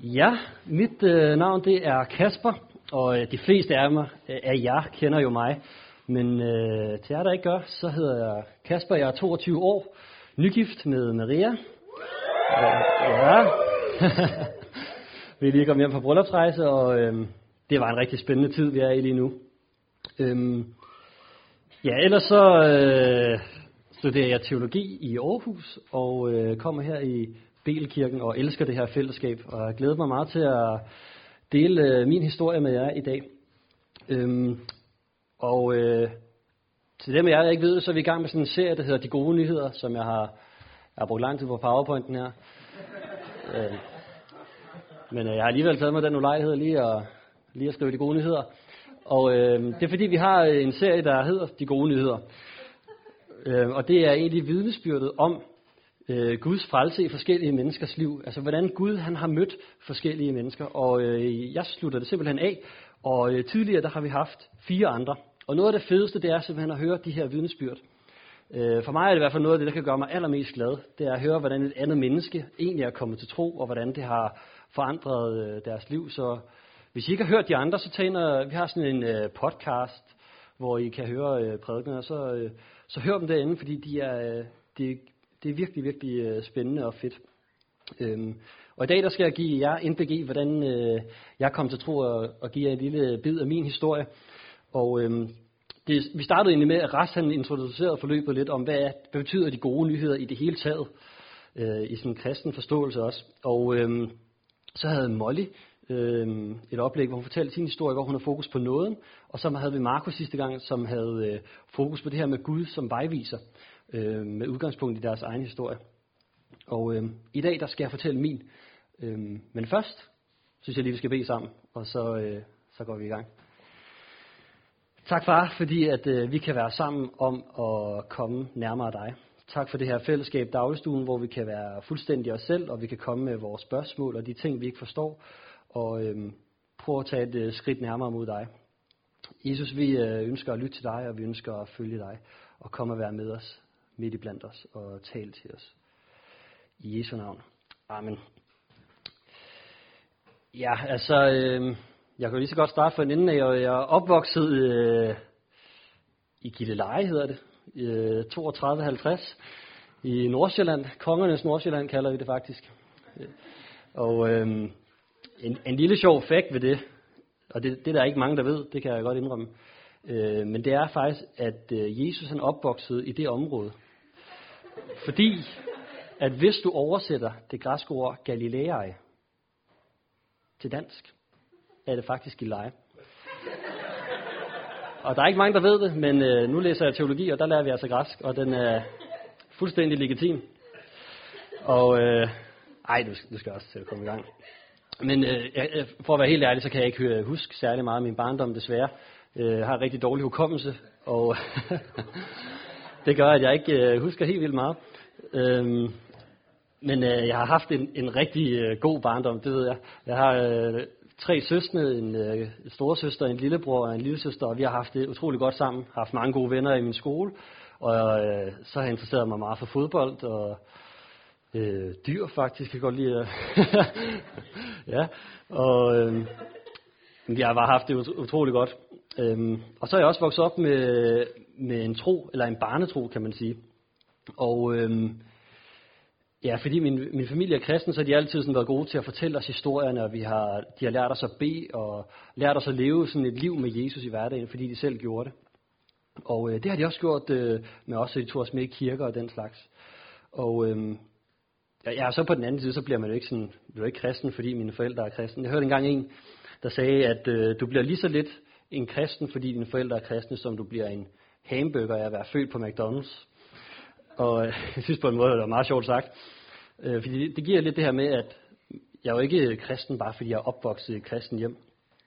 Ja, mit navn det er Kasper, og de fleste af jer kender jo mig. Men til jer, der ikke gør, så hedder jeg Kasper. Jeg er 22 år, nygift med Maria. Ja, vi er lige kommet hjem fra bryllupsrejse, og det var en rigtig spændende tid, vi er i lige nu. Ellers så studerer jeg teologi i Aarhus, og kommer her i Betelkirken og elsker det her fællesskab, og jeg glæder mig meget til at dele min historie med jer i dag. Til dem af jer, der ikke ved, så er vi i gang med sådan en serie, der hedder De Gode Nyheder, som jeg har brugt lang tid på PowerPointen her. Men jeg har alligevel taget mig den ulejlighed lige at skrive De Gode Nyheder. Og det er fordi, vi har en serie, der hedder De Gode Nyheder. Og det er egentlig vidnesbyrdet om Guds frelse i forskellige menneskers liv. Altså hvordan Gud han har mødt forskellige mennesker. Og jeg slutter det simpelthen af. Og tidligere der har vi haft 4 andre. Og noget af det fedeste, det er simpelthen at høre de her vidnesbyrd. For mig er det i hvert fald noget af det, der kan gøre mig allermest glad. Det er at høre, hvordan et andet menneske egentlig er kommet til tro, og hvordan det har forandret deres liv. Så hvis I ikke har hørt de andre, så vi har sådan en podcast, hvor I kan høre prædikener. Så hør dem derinde, fordi det er virkelig, virkelig spændende og fedt. Og i dag der skal jeg give jer indblik i, hvordan jeg kom til tro og give jer en lille bid af min historie. Og vi startede egentlig med, at Ras han introducerede forløbet lidt om, hvad betyder de gode nyheder i det hele taget, i sådan en kristen forståelse også. Og så havde Molly et oplæg, hvor hun fortalte sin historie, hvor hun har fokus på nåden. Og så havde vi Markus sidste gang, som havde fokus på det her med Gud som vejviser, med udgangspunkt i deres egen historie. Og i dag der skal jeg fortælle min. Men først synes jeg lige, vi skal bede sammen, og så går vi i gang. Tak far, fordi at vi kan være sammen om at komme nærmere dig. Tak for det her fællesskab dagligstuen, hvor vi kan være fuldstændig os selv, og vi kan komme med vores spørgsmål og de ting, vi ikke forstår, og prøve at tage et skridt nærmere mod dig. Jesus, vi ønsker at lytte til dig, og vi ønsker at følge dig, og komme og være med os, midt i blandt os, og tale til os. I Jesu navn. Amen. Ja, altså, jeg kan lige så godt starte for en ende af, og jeg er opvokset i Gilleleje, hedder det, 3250, i Nordsjælland. Kongernes Nordsjælland kalder vi det faktisk. Og en lille sjov fact ved det, og det er der ikke mange, der ved, det kan jeg godt indrømme, men det er faktisk, at Jesus han opvoksede i det område. Fordi, at hvis du oversætter det græske ord Galilæae til dansk, er det faktisk Gilleleje. Og der er ikke mange, der ved det, men nu læser jeg teologi, og der lærer vi altså græsk, og den er fuldstændig legitim. Og du skal også til at komme i gang. Men for at være helt ærlig, så kan jeg ikke huske særlig meget af min barndom, desværre. Jeg har en rigtig dårlig hukommelse, og det gør, at jeg ikke husker helt vildt meget. Men jeg har haft en rigtig god barndom, det ved jeg. Jeg har 3 søstre, en storesøster, en lillebror og en lillesøster, og vi har haft det utrolig godt sammen. Har haft mange gode venner i min skole, og så har jeg interesseret mig meget for fodbold og dyr faktisk, kan jeg godt lide. Ja, og vi har bare haft det utrolig godt. Og så er jeg også vokset op med en tro, eller en barnetro, kan man sige. Og fordi min familie er kristen, så har de altid sådan været gode til at fortælle os historierne, og de har lært os at bede, og lært os at leve sådan et liv med Jesus i hverdagen, fordi de selv gjorde det. Og det har de også gjort med os, så de tog os med i kirker og den slags. Og så på den anden side, så bliver man jo ikke kristen, fordi mine forældre er kristne. Jeg hørte engang en, der sagde, at du bliver lige så lidt en kristen, fordi dine forældre er kristne, som du bliver en hamburger af at være født på McDonald's. Og jeg synes på en måde, det var meget sjovt sagt. Fordi det giver lidt det her med, at jeg er jo ikke kristen, bare fordi jeg er opvokset i et kristen hjem.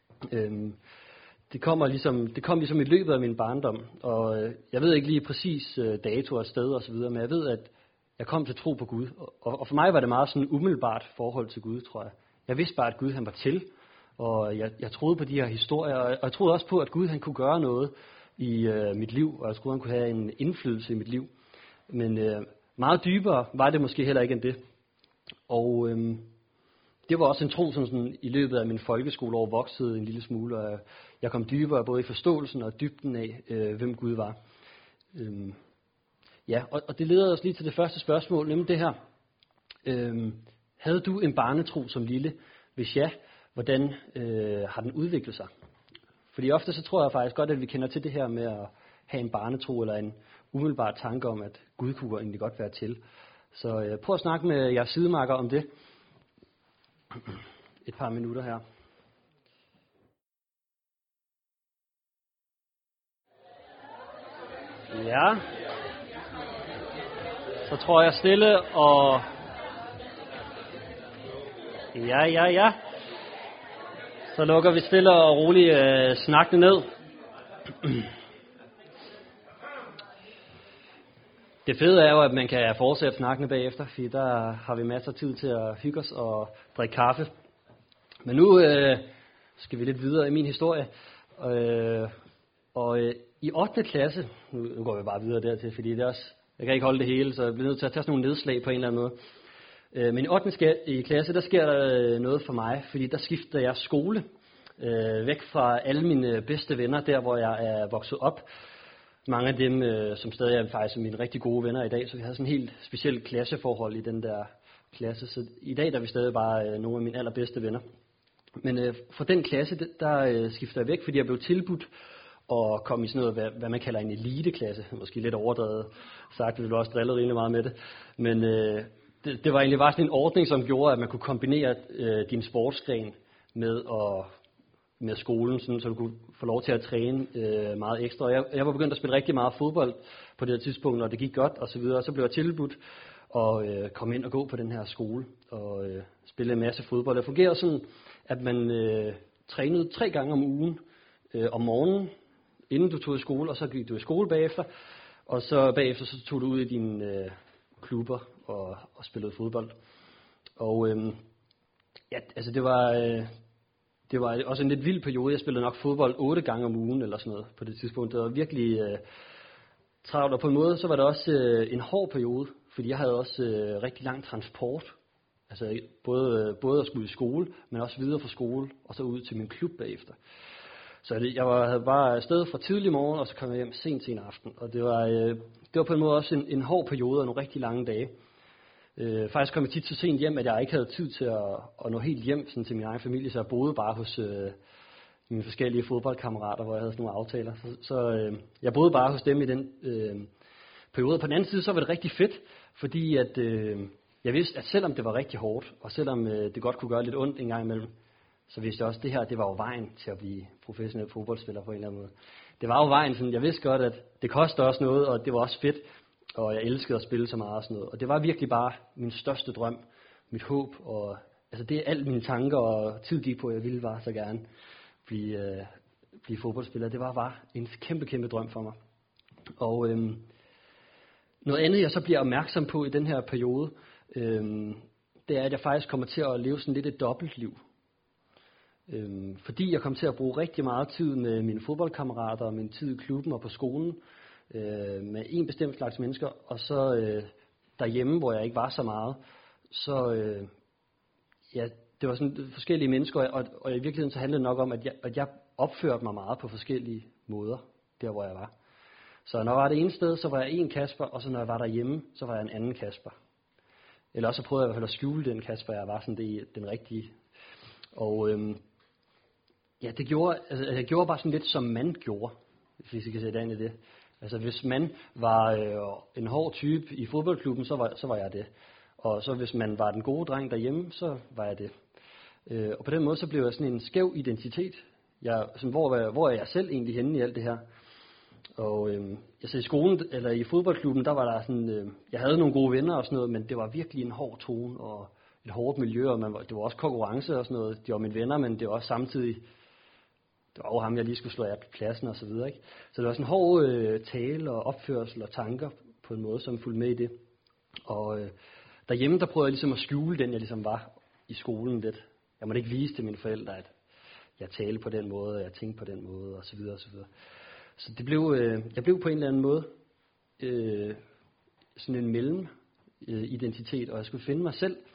Det kom ligesom i løbet af min barndom. Og jeg ved ikke lige præcis dato og sted og så videre, men jeg ved, at jeg kom til tro på Gud. Og for mig var det meget sådan umiddelbart forhold til Gud, tror jeg. Jeg vidste bare, at Gud han var til. Og jeg troede på de her historier, og jeg troede også på, at Gud han kunne gøre noget i mit liv. Og jeg troede, han kunne have en indflydelse i mit liv. Men meget dybere var det måske heller ikke end det. Og det var også en tro, som sådan, i løbet af min folkeskoleår voksede en lille smule, og jeg kom dybere både i forståelsen og dybden af, hvem Gud var. Ja, og det leder os lige til det første spørgsmål, nemlig det her. Havde du en barnetro som lille? Hvis ja, hvordan har den udviklet sig? Fordi ofte så tror jeg faktisk godt, at vi kender til det her med at have en barnetro, eller en umiddelbar tanke om, at Gud kunne egentlig godt være til. Så prøv at snakke med jeres sidemarker om det. Et par minutter her. Ja. Så tror jeg stille og... Ja. Så lukker vi stille og roligt snakkene ned. Det fede er jo, at man kan fortsætte snakkene bagefter, fordi der har vi masser af tid til at hygge os og drikke kaffe. Men nu skal vi lidt videre i min historie. I 8. klasse, nu går vi bare videre dertil, fordi det er også, jeg kan ikke holde det hele, så jeg bliver nødt til at tage sådan nogle nedslag på en eller anden måde. Men i 8. klasse, der sker der noget for mig, fordi der skifter jeg skole væk fra alle mine bedste venner, der hvor jeg er vokset op. Mange af dem, som stadig er faktisk mine rigtig gode venner i dag, så vi har sådan en helt speciel klasseforhold i den der klasse. Så i dag der er vi stadig bare nogle af mine allerbedste venner. Men fra den klasse, der skifter jeg væk, fordi jeg blev tilbudt at komme i sådan noget, hvad man kalder en eliteklasse. Måske lidt overdrevet sagt, vi blev også drillet rimelig meget med det. Men det var egentlig bare sådan en ordning, som gjorde, at man kunne kombinere din sportsgren med skolen, sådan, så du kunne få lov til at træne meget ekstra. Og jeg var begyndt at spille rigtig meget fodbold på det her tidspunkt, og det gik godt og så videre. Og så blev jeg tilbudt at komme ind og gå på den her skole og spille en masse fodbold. Det fungerer sådan, at man trænede 3 gange om ugen om morgenen, inden du tog i skole, og så gik du i skole bagefter. Og så bagefter så tog du ud i dine klubber og spillede fodbold. Og ja, altså det var også en lidt vild periode. Jeg spillede nok fodbold 8 gange om ugen eller sådan noget på det tidspunkt. Det var virkelig travlt, og på en måde så var det også en hård periode, fordi jeg havde også rigtig lang transport. Altså både at skulle i skole, men også videre fra skole, og så ud til min klub bagefter. Så havde bare afsted fra tidlig morgen, og så kom jeg hjem sent til en aften. Og det var på en måde også en hård periode og nogle rigtig lange dage. Faktisk kom jeg tit så sent hjem, at jeg ikke havde tid til at nå helt hjem sådan til min egen familie, så jeg boede bare hos mine forskellige fodboldkammerater, hvor jeg havde sådan nogle aftaler. Så jeg boede bare hos dem i den periode. På den anden side, så var det rigtig fedt, fordi at, jeg vidste, at selvom det var rigtig hårdt, og selvom det godt kunne gøre lidt ondt en gang imellem, så vidste jeg også, at det her, det var jo vejen til at blive professionel fodboldspiller på en eller anden måde. Det var jo vejen, sådan, jeg vidste godt, at det kostede også noget, og det var også fedt, og jeg elskede at spille så meget og sådan noget. Og det var virkelig bare min største drøm, mit håb, og altså det er alt mine tanker og tid gik på, at jeg ville bare så gerne blive fodboldspiller. Det var bare en kæmpe drøm for mig. Og noget andet, jeg så bliver opmærksom på i den her periode, det er, at jeg faktisk kommer til at leve sådan lidt et dobbeltliv. Fordi jeg kom til at bruge rigtig meget tid med mine fodboldkammerater og min tid i klubben og på skolen med en bestemt slags mennesker, og så derhjemme, hvor jeg ikke var så meget, så ja, det var sådan forskellige mennesker, og i virkeligheden så handlede det nok om, at jeg opførte mig meget på forskellige måder, der hvor jeg var. Så når jeg var det ene sted, så var jeg en Kasper, og så når jeg var derhjemme, så var jeg en anden Kasper. Eller også så prøvede jeg i hvert fald at skjule den Kasper, jeg var sådan den rigtige. Og ja, jeg gjorde bare sådan lidt, som man gjorde, hvis I kan sætte ind i det. Altså hvis man var en hård type i fodboldklubben, så var jeg det. Og så hvis man var den gode dreng derhjemme, så var jeg det. Og på den måde, så blev jeg sådan en skæv identitet. Hvor er jeg selv egentlig henne i alt det her? Og altså i skolen, eller i fodboldklubben, der var der sådan, jeg havde nogle gode venner og sådan noget, men det var virkelig en hård tone og et hårdt miljø, og det var også konkurrence og sådan noget. De var mine venner, men det var også samtidig, det var jo ham, jeg lige skulle slå af på klassen og så videre, ikke? Så det var sådan en hård tale og opførsel og tanker på en måde, som fulgte med i det. Og derhjemme, der prøvede jeg ligesom at skjule den, jeg ligesom var i skolen lidt. Jeg måtte ikke vise til mine forældre, at jeg talte på den måde, og jeg tænkte på den måde, og så videre, og så videre. Så det jeg blev på en eller anden måde sådan en mellem identitet, og jeg skulle finde mig selv,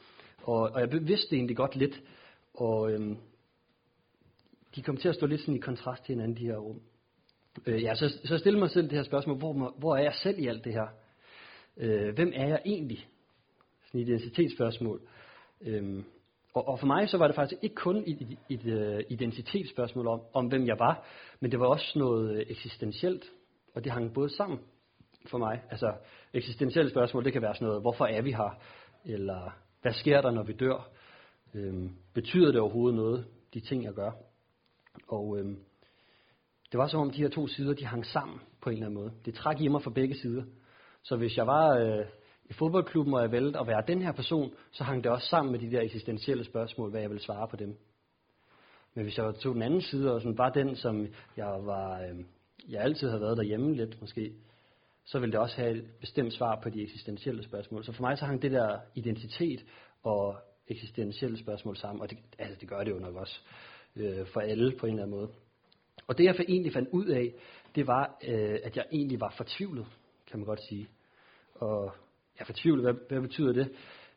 Og jeg vidste det egentlig godt lidt, og de kom til at stå lidt sådan i kontrast til hinanden, de her rum. Så jeg stillede mig selv det her spørgsmål, hvor er jeg selv i alt det her? Hvem er jeg egentlig? Sådan et identitetsspørgsmål. Og for mig så var det faktisk ikke kun et identitetsspørgsmål om hvem jeg var, men det var også noget eksistentielt, og det hang både sammen for mig. Altså eksistentielle spørgsmål, det kan være sådan noget, hvorfor er vi her? Eller hvad sker der, når vi dør? Betyder det overhovedet noget, de ting jeg gør? Og det var som om de her to sider, de hang sammen på en eller anden måde. Det trak i mig fra begge sider. Så hvis jeg var i fodboldklubben, og jeg valgte at være den her person, så hang det også sammen med de der eksistentielle spørgsmål, hvad jeg ville svare på dem. Men hvis jeg tog den anden side, og sådan var den, som jeg altid havde været derhjemme lidt måske, så ville det også have et bestemt svar på de eksistentielle spørgsmål. Så for mig så hang det der identitet og eksistentielle spørgsmål sammen, og det gør det jo nok også for alle på en eller anden måde. Og det jeg egentlig fandt ud af, det var, at jeg egentlig var fortvivlet, kan man godt sige. Og jeg er fortvivlet, hvad betyder det?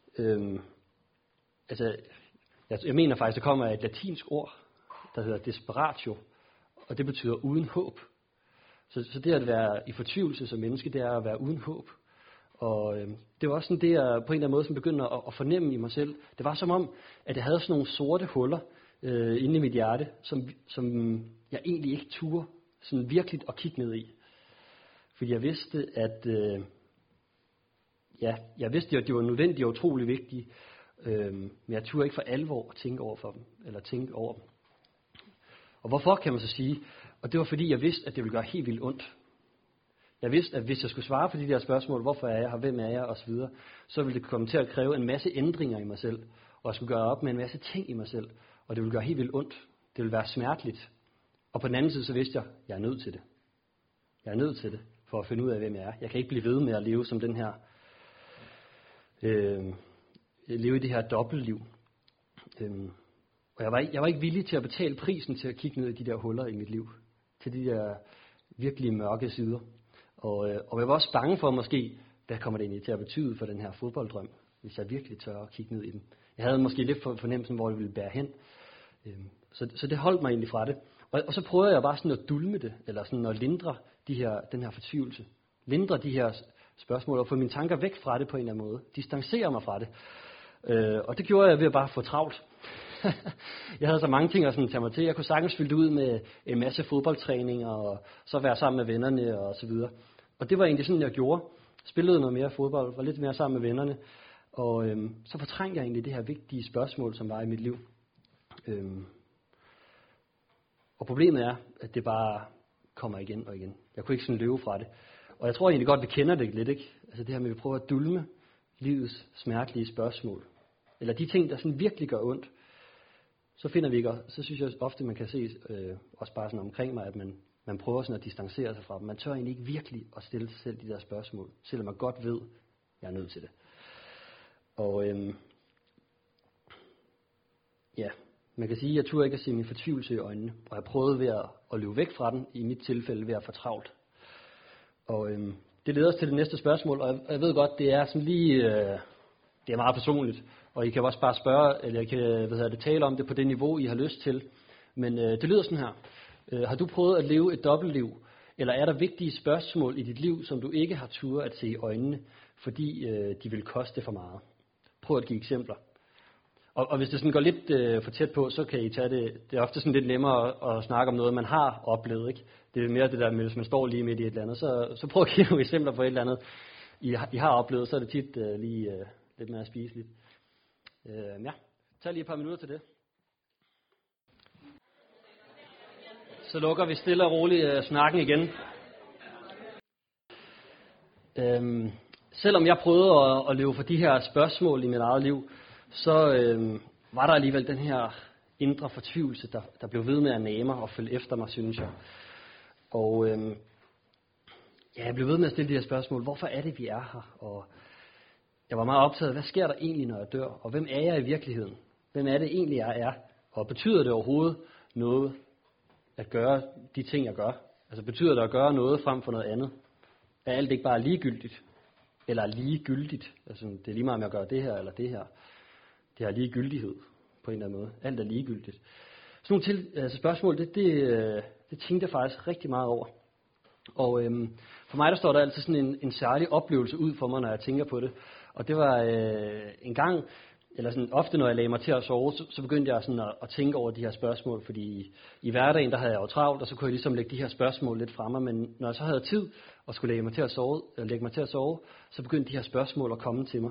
Jeg mener faktisk, det kommer af et latinsk ord, der hedder desperatio, og det betyder uden håb. Så det at være i fortvivlelse som menneske, det er at være uden håb. Og det var også sådan det, jeg på en eller anden måde som begyndte at fornemme i mig selv. Det var som om, at jeg havde sådan nogle sorte huller inde i mit hjerte, som jeg egentlig ikke turde sådan virkelig at kigge ned i. Fordi jeg vidste, at de var nødvendige og utrolig vigtige, men jeg turde ikke for alvor at tænke over for dem, eller tænke over dem. Og hvorfor, kan man så sige? Og det var fordi, jeg vidste, at det ville gøre helt vildt ondt. Jeg vidste, at hvis jeg skulle svare på de der spørgsmål, hvorfor er jeg her, hvem er jeg, osv., så ville det komme til at kræve en masse ændringer i mig selv, og jeg skulle gøre op med en masse ting i mig selv, og det ville gøre helt vildt ondt. Det ville være smerteligt. Og på den anden side, så vidste jeg, at jeg er nødt til det. Jeg er nødt til det, for at finde ud af, hvem jeg er. Jeg kan ikke blive ved med at leve som den her, leve i det her dobbeltliv. Og jeg var ikke villig til at betale prisen til at kigge ned i de der huller i mit liv. Til de der virkelig mørke sider. Og jeg var også bange for måske, hvad kommer det egentlig til at betyde for den her fodbolddrøm, hvis jeg virkelig tør at kigge ned i den. Jeg havde måske lidt fornemmelsen, hvor det ville bære hen. Så det holdt mig egentlig fra det. Og så prøvede jeg bare sådan at dulme det, eller sådan at lindre den her fortvivlelse. Lindre de her spørgsmål, og få mine tanker væk fra det på en eller anden måde. Distancere mig fra det. Og det gjorde jeg ved at bare få travlt. Jeg havde så mange ting at sådan tage mig til. Jeg kunne sagtens fylde det ud med en masse fodboldtræninger, og så være sammen med vennerne og så videre. Og det var egentlig sådan, jeg gjorde. Spillede noget mere fodbold, var lidt mere sammen med vennerne. Og så fortrængte jeg egentlig det her vigtige spørgsmål, som var i mit liv. Og problemet er, at det bare kommer igen og igen. Jeg kunne ikke sådan løbe fra det. Og jeg tror egentlig godt, vi kender det lidt, ikke? Altså det her med, at vi prøver at dulme livets smertelige spørgsmål. Eller de ting, der sådan virkelig gør ondt. Så finder vi ikke, så synes jeg ofte, man kan se, også bare sådan omkring mig, at man prøver sådan at distancere sig fra dem. Man tør egentlig ikke virkelig at stille sig selv de der spørgsmål, selvom man godt ved, at jeg er nødt til det. Og man kan sige, at jeg turde ikke at se min fortvivlelse i øjnene, og jeg prøvede ved at løbe væk fra den, i mit tilfælde ved at få travlt. Og det leder os til det næste spørgsmål, og jeg ved godt, det er sådan lige, det er meget personligt, og I kan også bare spørge, eller jeg kan tale om det på det niveau, I har lyst til. Men det lyder sådan her. Har du prøvet at leve et dobbeltliv, eller er der vigtige spørgsmål i dit liv, som du ikke har turet at se i øjnene, fordi de vil koste for meget? Prøv at give eksempler. Og hvis det sådan går lidt for tæt på, så kan I tage det. Det er ofte sådan lidt nemmere at snakke om noget, man har oplevet, ikke? Det er mere det der med, hvis man står lige midt i et eller andet, så prøv at give nogle eksempler på et eller andet, I har oplevet, så er det tit lige lidt mere spiseligt. Tag lige et par minutter til det. Så lukker vi stille og roligt snakken igen. Selvom jeg prøvede at leve for de her spørgsmål i mit eget liv, så var der alligevel den her indre fortvivlelse, der blev ved med at nage mig og følge efter mig, synes jeg. Og jeg blev ved med at stille de her spørgsmål. Hvorfor er det, vi er her? Og jeg var meget optaget af, hvad sker der egentlig, når jeg dør? Og hvem er jeg i virkeligheden? Hvem er det egentlig, jeg er? Og betyder det overhovedet noget at gøre de ting, jeg gør? Altså betyder det at gøre noget frem for noget andet? Er alt ikke bare ligegyldigt? Eller ligegyldigt? Altså det er lige meget, om jeg gør det her eller det her. det her ligegyldighed på en eller anden måde. Alt er ligegyldigt. Sådan nogle spørgsmål, det tænkte jeg faktisk rigtig meget over. Og for mig der står der altid sådan en særlig oplevelse ud for mig, når jeg tænker på det. Og det var en gang, eller sådan ofte når jeg lagde mig til at sove, så begyndte jeg sådan at tænke over de her spørgsmål. Fordi i hverdagen der havde jeg jo travlt, og så kunne jeg ligesom lægge de her spørgsmål lidt fremme. Men når jeg så havde tid og skulle lægge mig til at sove, så begyndte de her spørgsmål at komme til mig.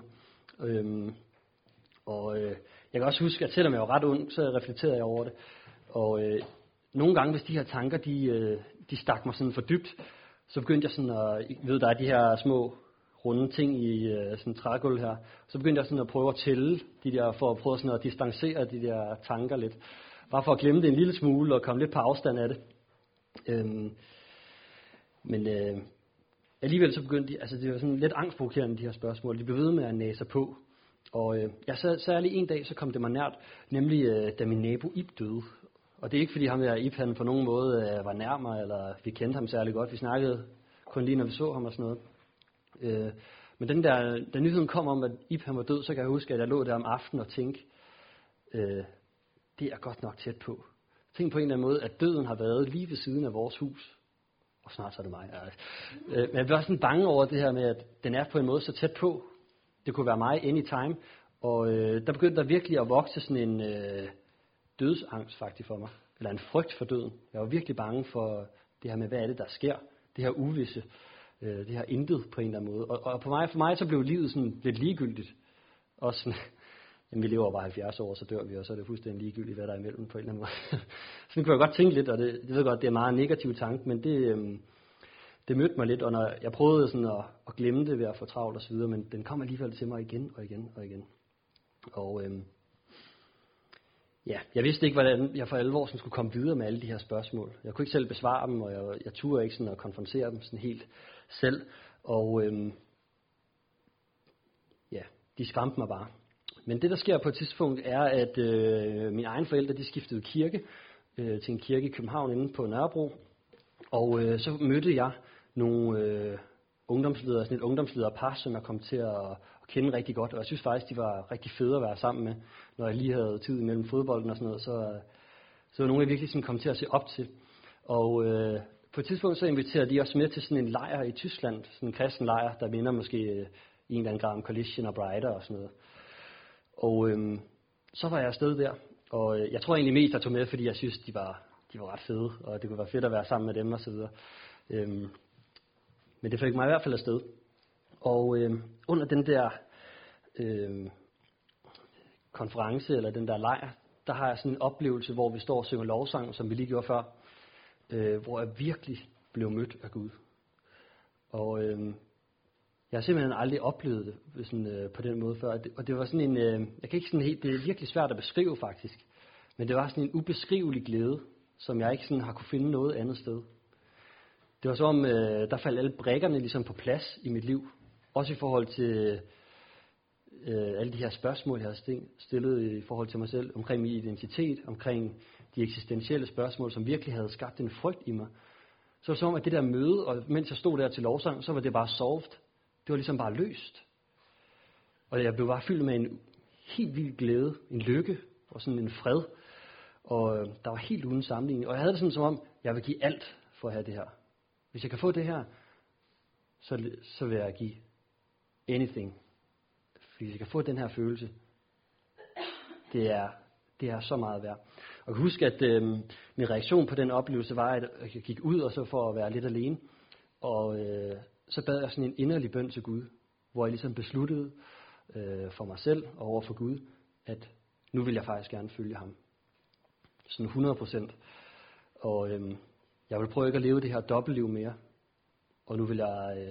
Jeg kan også huske, at selvom jeg var ret ung, så reflekterede jeg over det. Og nogle gange, hvis de her tanker, de stak mig sådan for dybt, så begyndte jeg sådan at, der er de her små runde ting i sådan en trægulv her, så begyndte jeg sådan at prøve at tælle de der, for at prøve sådan at distancere de der tanker lidt. Bare for at glemme det en lille smule og komme lidt på afstand af det. Men alligevel så begyndte de, altså det var sådan lidt angstprovokerende de her spørgsmål, de blev ved med at næse på. Og jeg sad særlig en dag, så kom det mig nært, nemlig da min nabo Ib døde. Og det er ikke fordi ham der Ib, han på nogen måde var nær mig, eller vi kendte ham særlig godt. Vi snakkede kun lige, når vi så ham og sådan noget. Men da nyheden kom om, at Ib han var død, så kan jeg huske, at jeg lå der om aftenen og tænkte, det er godt nok tæt på. Tænk på en eller anden måde, at døden har været lige ved siden af vores hus. Og snart så er det mig. Men jeg blev sådan bange over det her med, at den er på en måde så tæt på. Det kunne være mig anytime. Og der begyndte der virkelig at vokse sådan en dødsangst faktisk for mig. Eller en frygt for døden. Jeg var virkelig bange for det her med, hvad er det, der sker. Det her uvisse. Det her intet på en eller anden måde. Og for mig så blev livet sådan lidt ligegyldigt. Også sådan, jamen, vi lever bare 70 år, så dør vi, og så er det fuldstændig ligegyldigt, hvad der er imellem på en eller anden måde. Sådan kunne jeg godt tænke lidt, og det ved godt, det er en meget negativ tanke, men det mødte mig lidt, og når jeg prøvede sådan at glemme det ved at få travlt og så videre, men den kom alligevel til mig igen og igen og igen. Og jeg vidste ikke, hvordan jeg for alvor skulle komme videre med alle de her spørgsmål. Jeg kunne ikke selv besvare dem, og jeg turde ikke sådan at konfrontere dem sådan helt selv. Og de skræmte mig bare. Men det, der sker på et tidspunkt, er, at mine egne forældre, de skiftede kirke til en kirke i København inde på Nørrebro. Og så mødte jeg nogle ungdomsledere, sådan et ungdomslederpar, som jeg kom til at kende rigtig godt. Og jeg synes faktisk, de var rigtig fede at være sammen med, når jeg lige havde tid imellem fodbolden og sådan noget. Så var nogle, jeg virkelig sådan kom til at se op til. Og på et tidspunkt så inviterede de os med til sådan en lejr i Tyskland, sådan en kristen lejr, der minder måske i en eller anden grad om Collision og Brighter og sådan noget. Og så var jeg afsted der, og jeg tror egentlig mest, jeg tog med, fordi jeg synes, de var ret fede, og det kunne være fedt at være sammen med dem og så videre. Men det fik mig i hvert fald afsted. Og under den der konference, eller den der lejr, der har jeg sådan en oplevelse, hvor vi står og synger lovsang, som vi lige gjorde før, hvor jeg virkelig blev mødt af Gud. Og jeg har simpelthen aldrig oplevet det sådan, på den måde før. Og det var sådan en, jeg kan ikke sådan helt, det er virkelig svært at beskrive faktisk, men det var sådan en ubeskrivelig glæde, som jeg ikke sådan har kunne finde noget andet sted. Det var som om, der faldt alle brikkerne ligesom på plads i mit liv. Også i forhold til alle de her spørgsmål, jeg har stillet i forhold til mig selv, omkring min identitet, omkring de eksistentielle spørgsmål, som virkelig havde skabt en frygt i mig. Så var det som om, at det der møde, og mens jeg stod der til lovsang, så var det bare solved. Det var ligesom bare løst. Og jeg blev bare fyldt med en helt vild glæde, en lykke og sådan en fred. Og der var helt uden sammenligning. Og jeg havde det sådan som om, jeg vil give alt for at have det her. Hvis jeg kan få det her, så vil jeg give anything. Hvis jeg kan få den her følelse, det er så meget værd. Og jeg kan huske, at min reaktion på den oplevelse var, at jeg gik ud og så for at være lidt alene. Og så bad jeg sådan en inderlig bøn til Gud, hvor jeg ligesom besluttede for mig selv og over for Gud, at nu vil jeg faktisk gerne følge ham. Sådan 100%. Og jeg vil prøve ikke at leve det her dobbeltliv mere. Og nu vil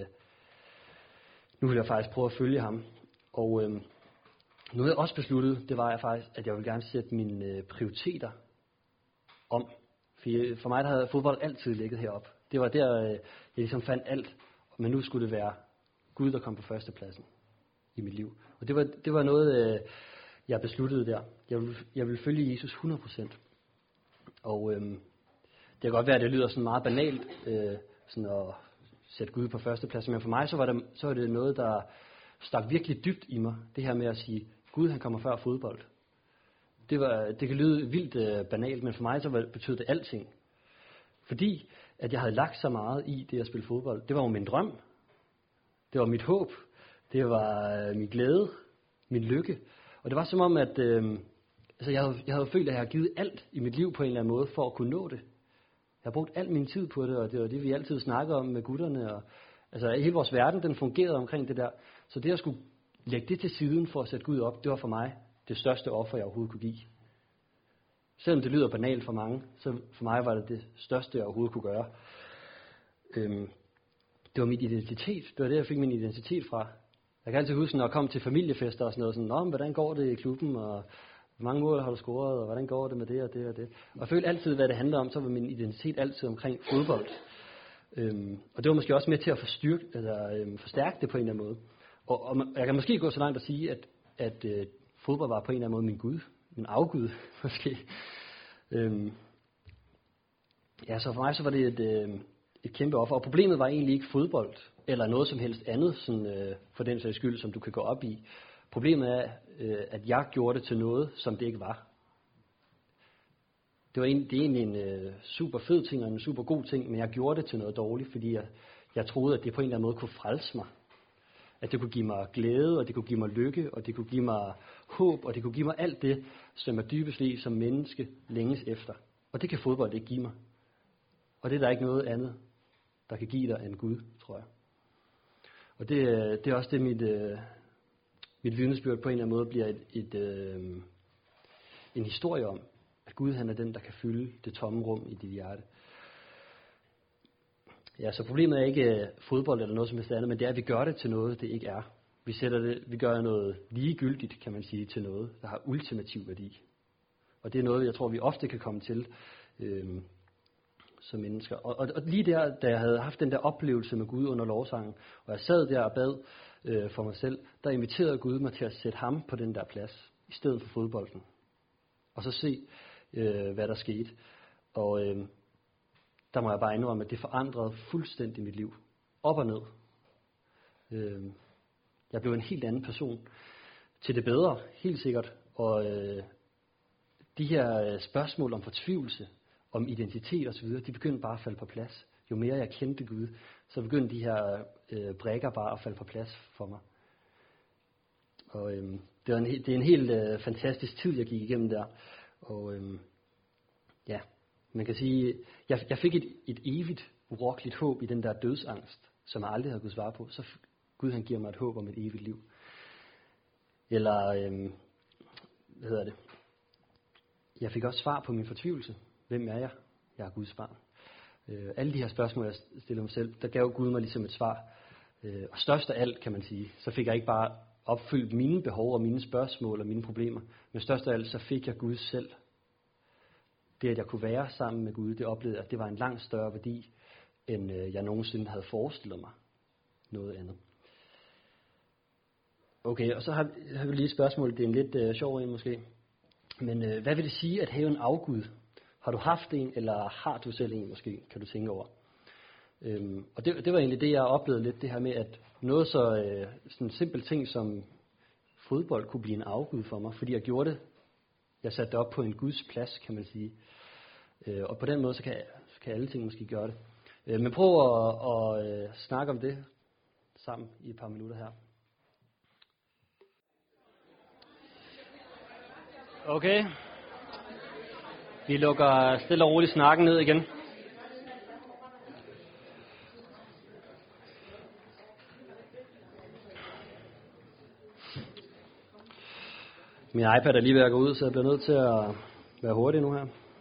jeg faktisk prøve at følge ham. Og noget jeg også besluttede, det var faktisk, at jeg ville gerne sætte mine prioriteter om. For mig der havde fodbold altid ligget heroppe. Det var der, jeg ligesom fandt alt. Men nu skulle det være Gud, der kom på førstepladsen i mit liv. Og det var noget, jeg besluttede der. Jeg ville følge Jesus 100%. Og det kan godt være, at det lyder sådan meget banalt, sådan at sætte Gud på førstepladsen. Men for mig, så var det noget, der stak virkelig dybt i mig. Det her med at sige, Gud han kommer før fodbold. det kan lyde vildt banalt, men for mig så betød det alting. Fordi at jeg havde lagt så meget i det at spille fodbold. Det var jo min drøm. Det var mit håb. Det var min glæde. Min lykke. Og det var som om, at jeg havde følt, at jeg havde givet alt i mit liv på en eller anden måde for at kunne nå det. Jeg har brugt al min tid på det, og det var det, vi altid snakker om med gutterne. Og, altså hele vores verden, den fungerede omkring det der. Så det at skulle lægge det til siden for at sætte Gud op, det var for mig det største offer, jeg overhovedet kunne give. Selvom det lyder banalt for mange, så for mig var det største, jeg overhovedet kunne gøre. Det var min identitet. Det var det, jeg fik min identitet fra. Jeg kan altid huske, når jeg kom til familiefester og sådan noget, sådan, hvordan går det i klubben, og hvor mange mål har du scoret, og hvordan går det med det og det og det. Og jeg følte altid, hvad det handlede om, så var min identitet altid omkring fodbold. Og det var måske også med til at forstærke det på en eller anden måde. Og jeg kan måske gå så langt at sige, at fodbold var på en eller anden måde min Gud, min afgud måske. Så for mig så var det et kæmpe offer. Og problemet var egentlig ikke fodbold, eller noget som helst andet, sådan, for den sags skyld, som du kan gå op i. Problemet er, at jeg gjorde det til noget, som det ikke var. Det er egentlig en super fed ting og en super god ting, men jeg gjorde det til noget dårligt, fordi jeg troede, at det på en eller anden måde kunne frelse mig. At det kunne give mig glæde, og det kunne give mig lykke, og det kunne give mig håb, og det kunne give mig alt det, som jeg dybest set som menneske længes efter. Og det kan fodbold ikke give mig. Og det er der ikke noget andet, der kan give dig end Gud, tror jeg. Og det er også det, mit vidnesbyrd på en eller anden måde bliver en historie om, at Gud han er den, der kan fylde det tomme rum i dit hjerte. Ja, så problemet er ikke fodbold eller noget som helst andet, men det er, at vi gør det til noget, det ikke er. Vi gør noget ligegyldigt, kan man sige, til noget, der har ultimativ værdi. Og det er noget, jeg tror, vi ofte kan komme til som mennesker. Og lige der, da jeg havde haft den der oplevelse med Gud under lovsangen, og jeg sad der og bad for mig selv, der inviterede Gud mig til at sætte ham på den der plads, i stedet for fodbolden. Og så se, hvad der skete. Og der må jeg bare indrømme, at det forandrede fuldstændig mit liv. Op og ned. Jeg blev en helt anden person. Til det bedre, helt sikkert. Og de her spørgsmål om fortvivlelse, om identitet osv., de begyndte bare at falde på plads. Jo mere jeg kendte Gud, så begyndte de her brikker bare at falde på plads for mig. Og det er en helt fantastisk tid, jeg gik igennem der. Og man kan sige, jeg fik et evigt, urokkeligt håb i den der dødsangst, som jeg aldrig havde kunnet svare på. Så Gud han giver mig et håb om et evigt liv. Eller, jeg fik også svar på min fortvivlelse. Hvem er jeg? Jeg er Guds barn. Alle de her spørgsmål, jeg stillede mig selv, der gav Gud mig ligesom et svar. Og størst af alt, kan man sige, så fik jeg ikke bare opfyldt mine behov og mine spørgsmål og mine problemer, men størst af alt, så fik jeg Gud selv. Det, at jeg kunne være sammen med Gud, det oplevede, at det var en langt større værdi, end jeg nogensinde havde forestillet mig noget andet. Okay, og så har vi lige et spørgsmål, det er en lidt sjov en måske. Men hvad vil det sige at have en afgud? Har du haft en, eller har du selv en måske, kan du tænke over? Og det var egentlig det, jeg oplevede lidt, det her med, at noget så sådan en simpel ting som fodbold kunne blive en afgud for mig, fordi jeg gjorde det. Jeg satte det op på en Guds plads, kan man sige. Og på den måde, så kan alle ting måske gøre det. Men prøv at snakke om det sammen i et par minutter her. Okay. Vi lukker stille og roligt snakken ned igen. Min iPad er lige ved at gå ud, så jeg bliver nødt til at være hurtig nu her.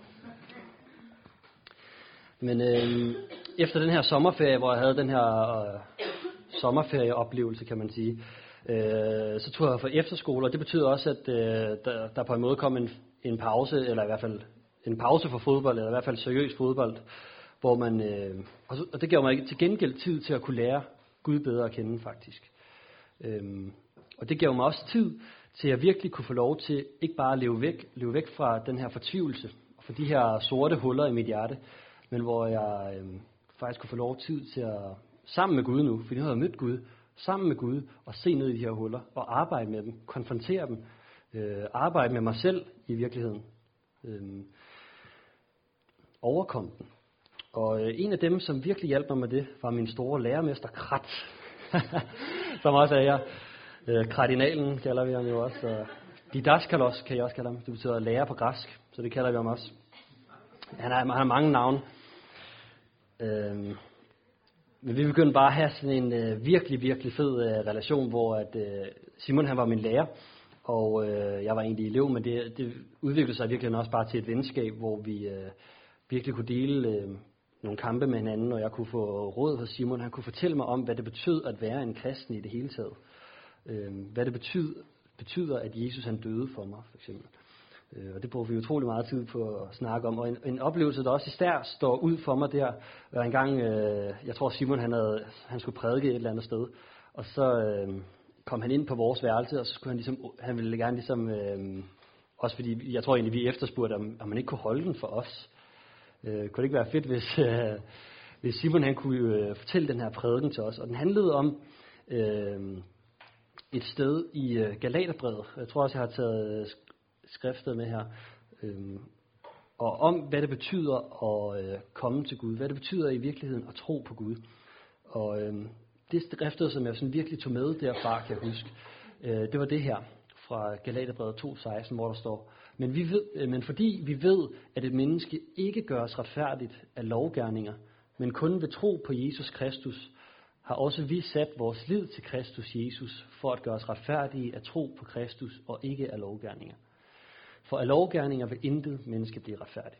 Men efter den her sommerferie, hvor jeg havde den her sommerferieoplevelse, kan man sige, så tog jeg for efterskole, og det betyder også, at der på en måde kom en pause, eller i hvert fald en pause for fodbold, eller i hvert fald seriøs fodbold, hvor man, og det gav mig til gengæld tid til at kunne lære Gud bedre at kende faktisk. Og det gav mig også tid til at virkelig kunne få lov til ikke bare at leve væk fra den her fortvivlelse, og fra de her sorte huller i mit hjerte, men hvor jeg faktisk kunne få lov tid til at, sammen med Gud nu, fordi nu havde jeg mødt Gud, sammen med Gud, og se ned i de her huller, og arbejde med dem, konfrontere dem, arbejde med mig selv i virkeligheden. Overkom den. Og en af dem, som virkelig hjalp mig med det, var min store lærermester Krat, som også er her. Kardinalen kalder vi ham jo også. Didaskalos kan jeg også kalde ham. Det betyder lærer på græsk, så det kalder vi ham også. Han har mange navne. Men vi begyndte bare at have sådan en virkelig, virkelig fed relation, hvor at, Simon han var min lærer, og jeg var egentlig elev, men det udviklede sig virkelig også bare til et venskab, hvor vi virkelig kunne dele nogle kampe med hinanden, og jeg kunne få råd hos Simon. Han kunne fortælle mig om, hvad det betød at være en kristen i det hele taget. Hvad det betyder, at Jesus han døde for mig, for eksempel. Og det bruger vi utrolig meget tid på at snakke om. Og en oplevelse, der også især står ud for mig der, var en gang, jeg tror Simon han skulle prædike et eller andet sted, og så kom han ind på vores værelse, og så skulle han ville gerne ligesom, også fordi jeg tror egentlig vi efterspurgte, om man ikke kunne holde den for os. Kunne det ikke være fedt, hvis Simon han kunne fortælle den her prædiken til os? Og den handlede om et sted i Galaterbrevet. Jeg tror også, jeg har taget skriftet med her. Og om, hvad det betyder at komme til Gud. Hvad det betyder i virkeligheden at tro på Gud. Og det skriftet, som jeg sådan virkelig tog med derfra, kan jeg huske, det var det her fra Galaterbrevet 2:16, hvor der står: Men fordi vi ved, at et menneske ikke gøres retfærdigt af lovgerninger, men kun ved tro på Jesus Kristus, har også vi sat vores lid til Kristus Jesus, for at gøre os retfærdige af tro på Kristus og ikke af lovgerninger. For af lovgerninger vil intet menneske blive retfærdigt.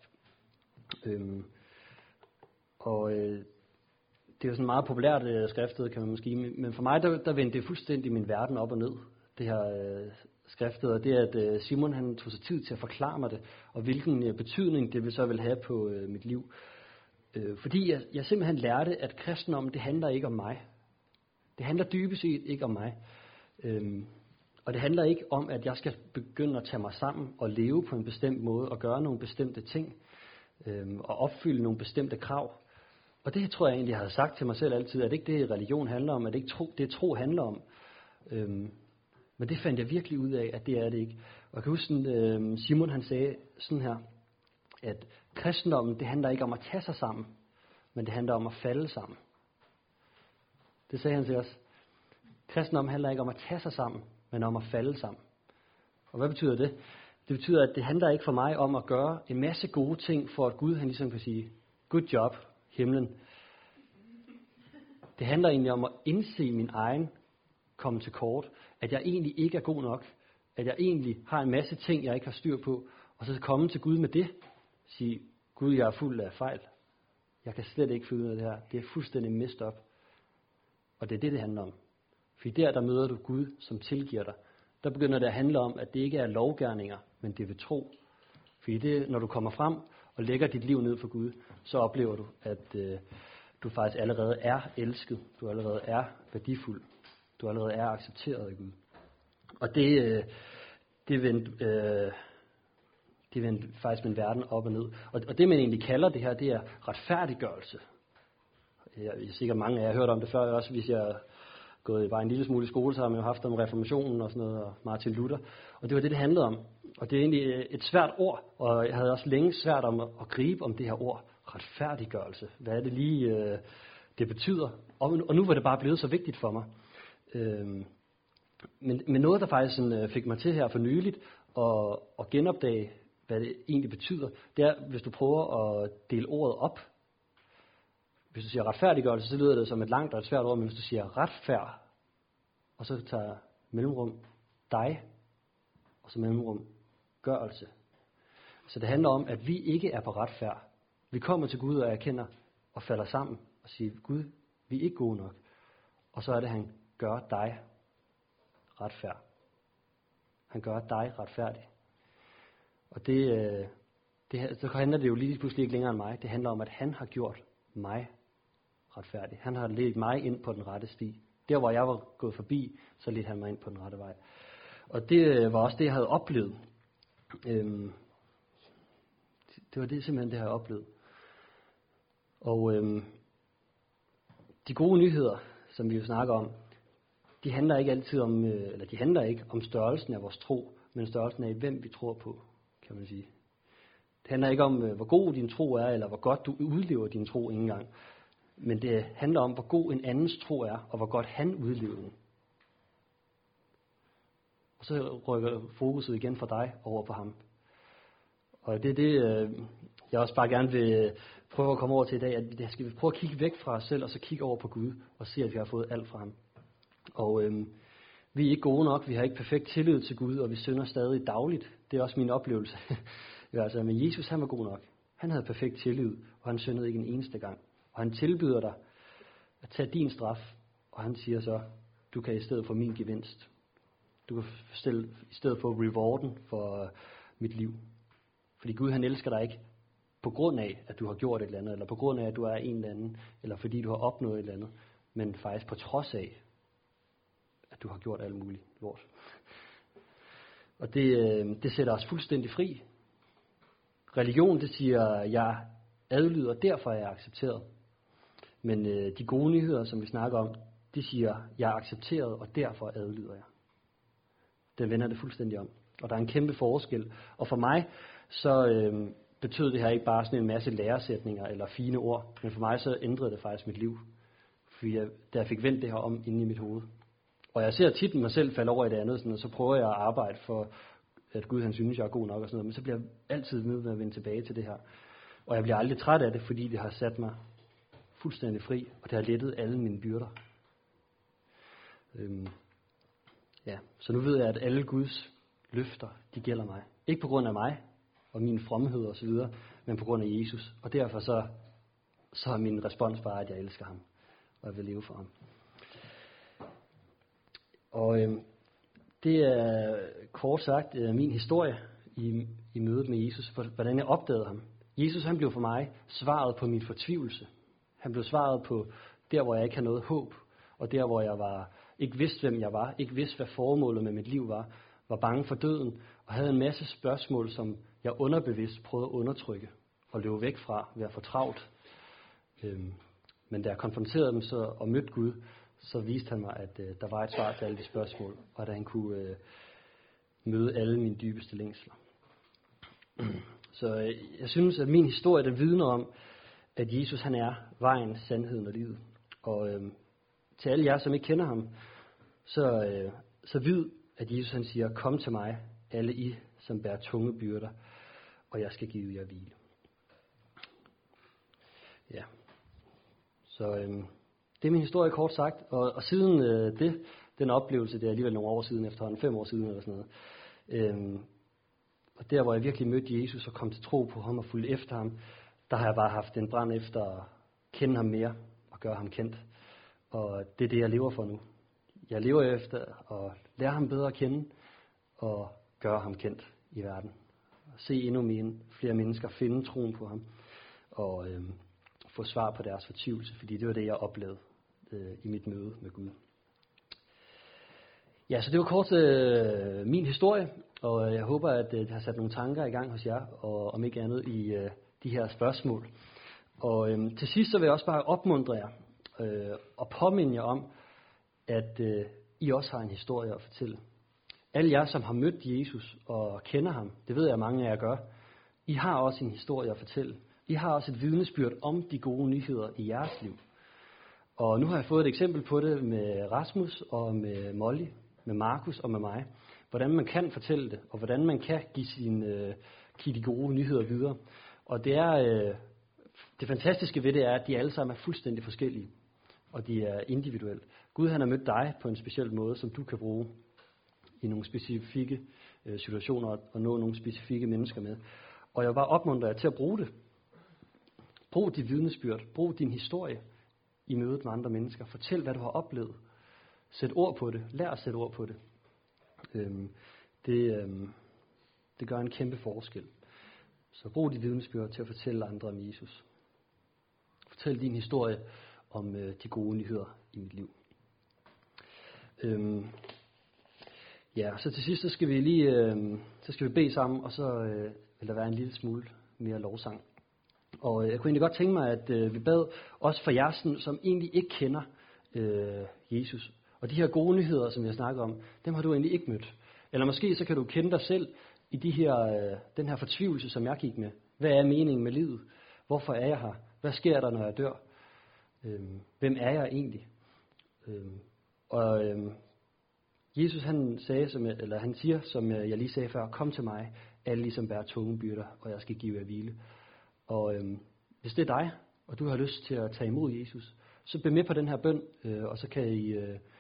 Det er jo sådan meget populært skriftet, kan man måske, men for mig, der vendte det fuldstændig min verden op og ned, det her skriftet, og det er, at Simon han tog sig tid til at forklare mig det, og hvilken betydning det så vil have på mit liv. Fordi jeg simpelthen lærte, at kristendommen, det handler ikke om mig. Det handler dybest set ikke om mig. Og det handler ikke om, at jeg skal begynde at tage mig sammen og leve på en bestemt måde og gøre nogle bestemte ting og opfylde nogle bestemte krav. Og det tror jeg egentlig, jeg havde sagt til mig selv altid, at det ikke det religion handler om, at det ikke det tro handler om. Men det fandt jeg virkelig ud af, at det er det ikke. Og jeg kan huske, Simon han sagde sådan her, at kristendommen, det handler ikke om at tage sig sammen, men det handler om at falde sammen. Det sagde han til os. Kristendommen handler ikke om at tage sig sammen, men om at falde sammen. Og hvad betyder det? Det betyder, at det handler ikke for mig om at gøre en masse gode ting, for at Gud han ligesom kan sige, good job, himlen. Det handler egentlig om at indse min egen komme til kort, at jeg egentlig ikke er god nok, at jeg egentlig har en masse ting, jeg ikke har styr på, og så komme til Gud med det, sige, Gud, jeg er fuld af fejl. Jeg kan slet ikke finde ud af det her. Det er fuldstændig messed up. Og det er det handler om. For der møder du Gud, som tilgiver dig. Der begynder det at handle om, at det ikke er lovgerninger, men det er ved tro. For når du kommer frem og lægger dit liv ned for Gud, så oplever du, at du faktisk allerede er elsket. Du allerede er værdifuld. Du allerede er accepteret af Gud. Og det vendte faktisk min verden op og ned. Og det man egentlig kalder det her, det er retfærdiggørelse. Jeg er sikkert mange af jer har hørt om det før, også hvis jeg er gået bare en lille smule i skole, så har man jo haft om reformationen og sådan noget, og Martin Luther. Og det var det handlede om. Og det er egentlig et svært ord, og jeg havde også længe svært om at gribe om det her ord, retfærdiggørelse. Hvad er det lige, det betyder? Og nu var det bare blevet så vigtigt for mig. Men noget, der faktisk sådan, fik mig til her for nyligt, at genopdage, hvad det egentlig betyder, det er, hvis du prøver at dele ordet op. Hvis du siger retfærdiggørelse, så lyder det som et langt og et svært ord, men hvis du siger retfærd, og så tager mellemrum dig, og så mellemrum gørelse. Så det handler om, at vi ikke er på retfærd. Vi kommer til Gud og erkender og falder sammen og siger, Gud, vi er ikke gode nok. Og så er det, han gør dig retfærd. Han gør dig retfærdig. Og så handler det jo lige pludselig ikke længere end mig. Det handler om, at han har gjort mig retfærdig. Han har ledt mig ind på den rette sti. Der, hvor jeg var gået forbi, så ledte han mig ind på den rette vej. Og det var også det, jeg havde oplevet. Det var det simpelthen, det jeg havde oplevet. Og de gode nyheder, som vi jo snakker om, de handler ikke altid om, eller de handler ikke om størrelsen af vores tro, men størrelsen af, hvem vi tror på. kan man sige. Det handler ikke om, hvor god din tro er, eller hvor godt du udlever din tro engang. Men det handler om, hvor god en andens tro er, og hvor godt han udlever den. Og så rykker fokuset igen fra dig over på ham. Og det er det, jeg også bare gerne vil prøve at komme over til i dag, at vi skal prøve at kigge væk fra os selv, og så kigge over på Gud, og se, at vi har fået alt fra ham. Og vi er ikke gode nok, vi har ikke perfekt tillid til Gud, og vi synder stadig dagligt. Det er også min oplevelse. Altså, men Jesus, han var god nok. Han havde perfekt tillid, og han syndede ikke en eneste gang. Og han tilbyder dig at tage din straf, og han siger så, du kan i stedet for min gevinst. Du kan stille i stedet for rewarden for mit liv. Fordi Gud, han elsker dig ikke på grund af, at du har gjort et eller andet, eller på grund af, at du er en eller anden, eller fordi du har opnået et eller andet, men faktisk på trods af, at du har gjort alt muligt lort. Og det sætter os fuldstændig fri. Religion, det siger, jeg adlyder, derfor er jeg accepteret. Men de gode nyheder, som vi snakker om, de siger, jeg er accepteret, og derfor adlyder jeg. Den vender det fuldstændig om. Og der er en kæmpe forskel. Og for mig, så betød det her ikke bare sådan en masse læresætninger eller fine ord, men for mig så ændrede det faktisk mit liv. Fordi da jeg fik vendt det her om inde i mit hoved. Og jeg ser tit mig selv falde over i det andet, sådan, og så prøver jeg at arbejde for, at Gud han synes, jeg er god nok og sådan noget, men så bliver jeg altid nødt med at vende tilbage til det her. Og jeg bliver aldrig træt af det, fordi det har sat mig fuldstændig fri, og det har lettet alle mine byrder. Så nu ved jeg, at alle Guds løfter, de gælder mig. Ikke på grund af mig og min fromhed og så videre, men på grund af Jesus. Og derfor så er min respons bare, at jeg elsker ham, og jeg vil leve for ham. Og det er kort sagt min historie i mødet med Jesus, hvordan jeg opdagede ham. Jesus, han blev for mig svaret på min fortvivlelse. Han blev svaret på der, hvor jeg ikke havde noget håb, og der, hvor jeg ikke vidste, hvem jeg var, ikke vidste, hvad formålet med mit liv var bange for døden, og havde en masse spørgsmål, som jeg underbevidst prøvede at undertrykke og løbe væk fra, være for travlt. Men da jeg konfronterede dem og mødte Gud, så viste han mig, at der var et svar til alle de spørgsmål, og at han kunne møde alle mine dybeste længsler. Så jeg synes, at min historie, den vidner om, at Jesus han er vejen, sandheden og livet. Og til alle jer, som ikke kender ham, så vid, at Jesus han siger, kom til mig, alle I, som bærer tunge byrder, og jeg skal give jer hvile. Ja. Så det er min historie kort sagt, og siden den oplevelse, det er alligevel nogle år siden, efterhånden 5 år siden eller sådan noget, og der hvor jeg virkelig mødte Jesus og kom til tro på ham og fulgte efter ham, der har jeg bare haft en brand efter at kende ham mere og gøre ham kendt. Og det er det, jeg lever for nu. Jeg lever efter at lære ham bedre at kende og gøre ham kendt i verden. Og se endnu flere mennesker finde troen på ham og få svar på deres fortvivlelse, fordi det var det, jeg oplevede i mit møde med Gud. Ja, så det var kort min historie, og jeg håber, at det har sat nogle tanker i gang hos jer, og om ikke andet i de her spørgsmål. Og til sidst så vil jeg også bare opmuntre jer og påminde jer om, at I også har en historie at fortælle. Alle jer, som har mødt Jesus og kender ham, det ved jeg, mange af jer gør, I har også en historie at fortælle. I har også et vidnesbyrd om de gode nyheder i jeres liv. Og nu har jeg fået et eksempel på det med Rasmus og med Molly, med Markus og med mig. Hvordan man kan fortælle det, og hvordan man kan give de gode nyheder videre. Og det fantastiske ved det er, at de alle sammen er fuldstændig forskellige. Og de er individuelle. Gud han har mødt dig på en speciel måde, som du kan bruge i nogle specifikke situationer og nå nogle specifikke mennesker med. Og jeg vil bare opmuntre jer til at bruge det. Brug dit vidnesbyrd. Brug din historie i mødet med andre mennesker. Fortæl, hvad du har oplevet. Sæt ord på det. Lær at sætte ord på det. Det gør en kæmpe forskel. Så brug dit vidnesbyrd til at fortælle andre om Jesus. Fortæl din historie om de gode nyheder i mit liv. Så til sidst så skal vi lige bede sammen, og så vil der være en lille smule mere lovsang. Og jeg kunne egentlig godt tænke mig, at vi bad også for jer, som egentlig ikke kender Jesus. Og de her gode nyheder, som jeg snakker om, dem har du egentlig ikke mødt. Eller måske så kan du kende dig selv i den her fortvivlelse, som jeg gik med. Hvad er meningen med livet? Hvorfor er jeg her? Hvad sker der, når jeg dør? Hvem er jeg egentlig? Jesus han siger, som jeg lige sagde før, kom til mig, alle I som bærer tunge byrder, og jeg skal give jer hvile. Og hvis det er dig, og du har lyst til at tage imod Jesus, så bed med på den her bøn, og så kan I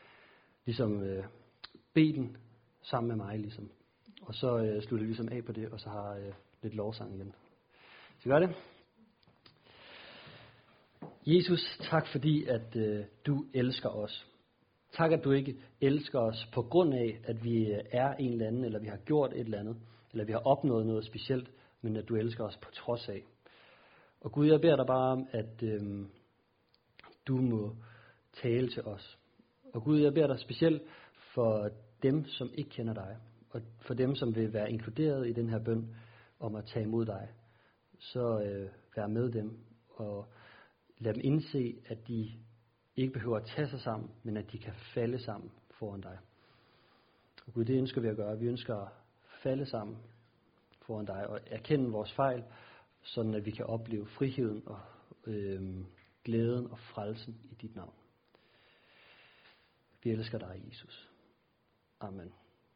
bede den sammen med mig. Og så slutter vi af på det, og så har lidt lovsang igen. Så gør det. Jesus, tak fordi, at du elsker os. Tak, at du ikke elsker os på grund af, at vi er en eller anden, eller vi har gjort et eller andet, eller vi har opnået noget specielt, men at du elsker os på trods af. Og Gud, jeg beder dig bare om, at du må tale til os. Og Gud, jeg beder dig specielt for dem, som ikke kender dig, og for dem, som vil være inkluderet i den her bøn om at tage imod dig. Så vær med dem, og lad dem indse, at de ikke behøver at tage sig sammen, men at de kan falde sammen foran dig. Og Gud, det ønsker vi at gøre. Vi ønsker at falde sammen foran dig og erkende vores fejl, sådan at vi kan opleve friheden og glæden og frelsen i dit navn. Vi elsker dig, Jesus. Amen.